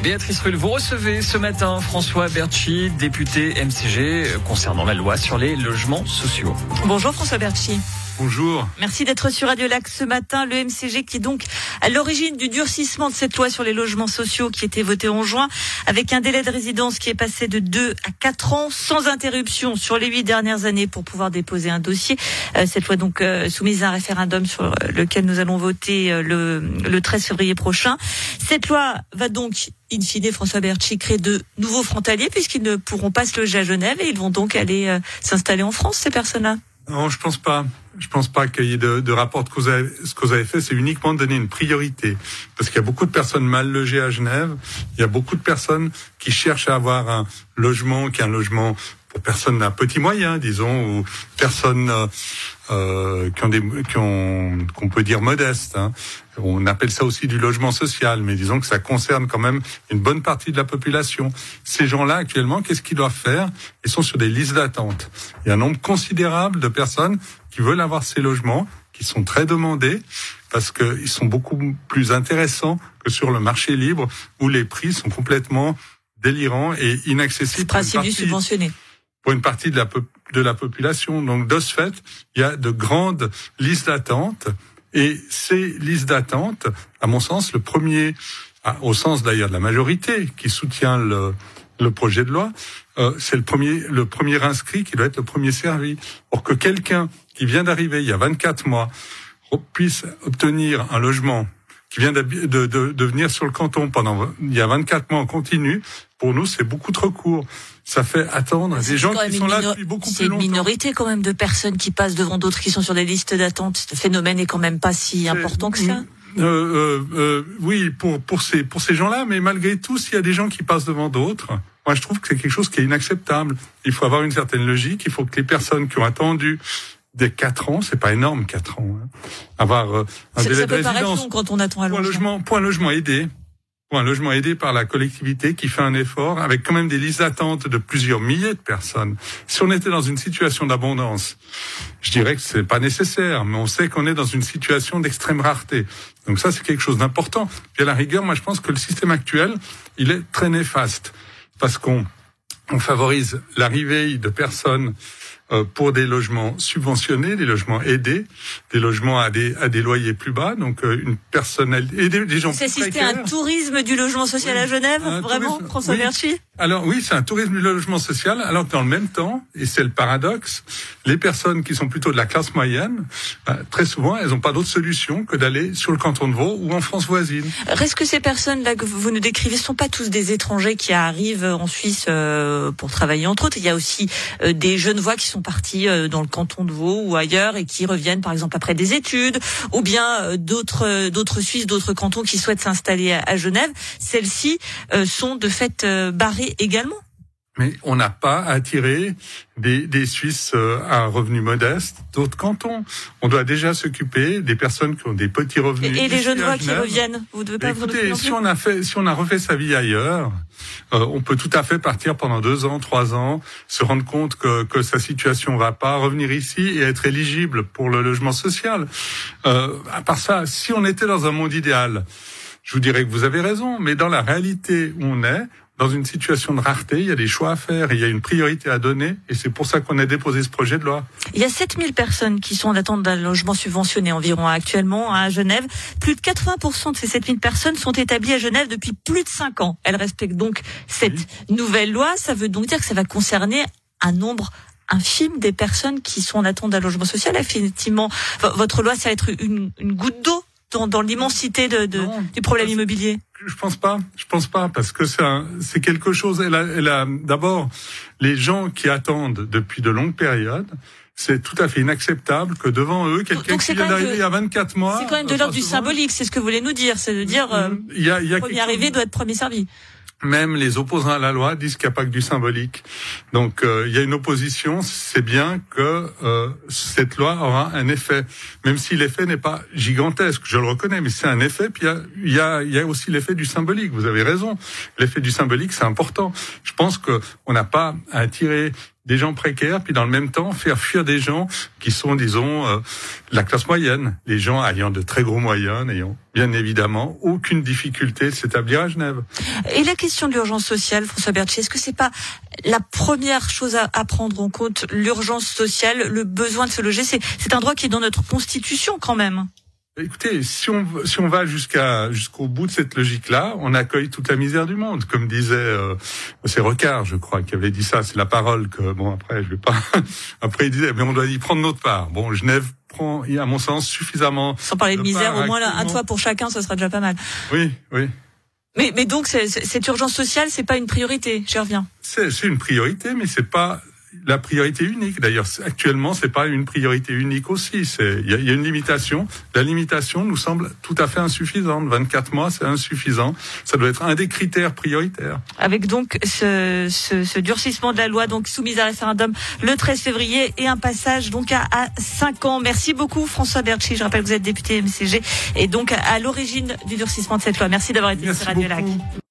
Béatrice Rulle, vous recevez ce matin François Bertschy, député MCG, concernant la loi sur les logements sociaux. Bonjour François Bertschy. Bonjour. Merci d'être sur Radio Lac ce matin. Le MCG qui est donc à l'origine du durcissement de cette loi sur les logements sociaux qui était votée en juin, avec un délai de résidence qui est passé de 2 à 4 ans sans interruption sur les 8 dernières années pour pouvoir déposer un dossier. Cette loi donc soumise à un référendum sur lequel nous allons voter le 13 février prochain. Cette loi va donc in fine, François Bertschy, crée de nouveaux frontaliers puisqu'ils ne pourront pas se loger à Genève et ils vont donc aller s'installer en France, ces personnes-là. Non, je pense pas. Je pense pas qu'il y ait de rapport de cause à effet. Ce que vous avez fait, c'est uniquement donner une priorité. Parce qu'il y a beaucoup de personnes mal logées à Genève. Il y a beaucoup de personnes qui cherchent à avoir un logement, qui est un logement pour personnes à petits moyens, disons, ou personnes qu'on peut dire modestes. Hein. On appelle ça aussi du logement social, mais disons que ça concerne quand même une bonne partie de la population. Ces gens-là, actuellement, qu'est-ce qu'ils doivent faire ? Ils sont sur des listes d'attente. Il y a un nombre considérable de personnes qui veulent avoir ces logements, qui sont très demandés, parce qu'ils sont beaucoup plus intéressants que sur le marché libre, où les prix sont complètement délirants et inaccessibles. Le principe du subventionné. Pour une partie de la population. Donc, de ce fait, il y a de grandes listes d'attente. Et ces listes d'attente, à mon sens, le premier, au sens d'ailleurs de la majorité qui soutient le projet de loi, c'est le premier inscrit qui doit être le premier servi. Pour que quelqu'un qui vient d'arriver il y a 24 mois puisse obtenir un logement, qui vient de venir sur le canton il y a 24 mois en continu, pour nous, c'est beaucoup trop court. Ça fait attendre des gens qui sont là depuis beaucoup plus longtemps. C'est une minorité quand même de personnes qui passent devant d'autres qui sont sur des listes d'attente. Ce phénomène est quand même pas si important que ça. Oui, pour ces gens-là, mais malgré tout, s'il y a des gens qui passent devant d'autres, moi je trouve que c'est quelque chose qui est inacceptable. Il faut avoir une certaine logique. Il faut que les personnes qui ont attendu des 4 ans, c'est pas énorme 4 ans, hein, avoir un délai de résidence. Ça peut paraître long quand on attend un logement. Pour un logement aidé. Pour un logement aidé par la collectivité qui fait un effort avec quand même des listes d'attente de plusieurs milliers de personnes. Si on était dans une situation d'abondance, je dirais que c'est pas nécessaire, mais on sait qu'on est dans une situation d'extrême rareté. Donc ça, c'est quelque chose d'important. Puis à la rigueur, moi, je pense que le système actuel, il est très néfaste parce qu'on favorise l'arrivée de personnes pour des logements subventionnés, des logements aidés, des logements à des loyers plus bas, donc une personne et des gens plus précaires. C'est un tourisme du logement social à Genève, vraiment, François Bertschy ? Alors oui, c'est un tourisme du logement social, alors que dans le même temps, et c'est le paradoxe, les personnes qui sont plutôt de la classe moyenne, très souvent, elles n'ont pas d'autre solution que d'aller sur le canton de Vaud ou en France voisine. Est-ce que ces personnes-là que vous nous décrivez ne sont pas tous des étrangers qui arrivent en Suisse pour travailler entre autres ? Il y a aussi des Genevois qui sont partis dans le canton de Vaud ou ailleurs et qui reviennent par exemple après des études, ou bien d'autres Suisses, d'autres cantons qui souhaitent s'installer à Genève. Celles-ci sont de fait barrées également. Mais on n'a pas attiré des Suisses à revenus modestes d'autres cantons. On doit déjà s'occuper des personnes qui ont des petits revenus. Et les Genevois qui reviennent, vous devez pas vous occuper non plus. Si on a refait sa vie ailleurs, on peut tout à fait partir pendant 2 ans, 3 ans, se rendre compte que sa situation va pas, revenir ici et être éligible pour le logement social. À part ça, si on était dans un monde idéal, je vous dirais que vous avez raison, mais dans la réalité où on est, dans une situation de rareté, il y a des choix à faire, il y a une priorité à donner, et c'est pour ça qu'on a déposé ce projet de loi. Il y a 7000 personnes qui sont en attente d'un logement subventionné environ actuellement à Genève. Plus de 80% de ces 7000 personnes sont établies à Genève depuis plus de 5 ans. Elles respectent donc cette nouvelle loi. Ça veut donc dire que ça va concerner un nombre infime des personnes qui sont en attente d'un logement social. Effectivement, votre loi, ça va être une goutte d'eau dans l'immensité du problème immobilier. Je pense pas, parce que c'est quelque chose. Elle a d'abord les gens qui attendent depuis de longues périodes. C'est tout à fait inacceptable que devant eux, quelqu'un qui vient d'arriver il y a 24 mois. C'est quand même de l'ordre du symbolique, c'est ce que vous voulez nous dire, c'est de dire premier arrivé doit être premier servi. Même les opposants à la loi disent qu'il n'y a pas que du symbolique. Donc il y a une opposition, c'est bien que cette loi aura un effet, même si l'effet n'est pas gigantesque, je le reconnais, mais c'est un effet. Puis il y a aussi l'effet du symbolique. Vous avez raison, l'effet du symbolique c'est important. Je pense que on n'a pas à attirer des gens précaires, puis dans le même temps faire fuir des gens qui sont, disons, la classe moyenne, les gens ayant de très gros moyens, n'ayant bien évidemment aucune difficulté de s'établir à Genève. Et la question de l'urgence sociale, François Bertschy, est-ce que c'est pas la première chose à prendre en compte, l'urgence sociale, le besoin de se loger? C'est un droit qui est dans notre Constitution quand même. Écoutez, si on va jusqu'au bout de cette logique-là, on accueille toute la misère du monde, comme disait c'est Recard, je crois, qui avait dit ça. C'est la parole que après je vais pas. Après il disait mais on doit y prendre notre part. Bon, Genève prend, à mon sens, suffisamment. Sans parler de misère, au moins un toit pour chacun, ce sera déjà pas mal. Oui. Mais donc cette urgence sociale, c'est pas une priorité. J'y reviens. C'est une priorité, mais c'est pas la priorité unique. D'ailleurs, actuellement, c'est pas une priorité unique aussi. Il y a une limitation. La limitation nous semble tout à fait insuffisante. 24 mois, c'est insuffisant. Ça doit être un des critères prioritaires. Avec donc ce durcissement de la loi, donc soumise à référendum le 13 février et un passage donc à 5 ans. Merci beaucoup, François Bertschy. Je rappelle que vous êtes député MCG et donc à l'origine du durcissement de cette loi. Merci d'avoir été sur Radio Lac.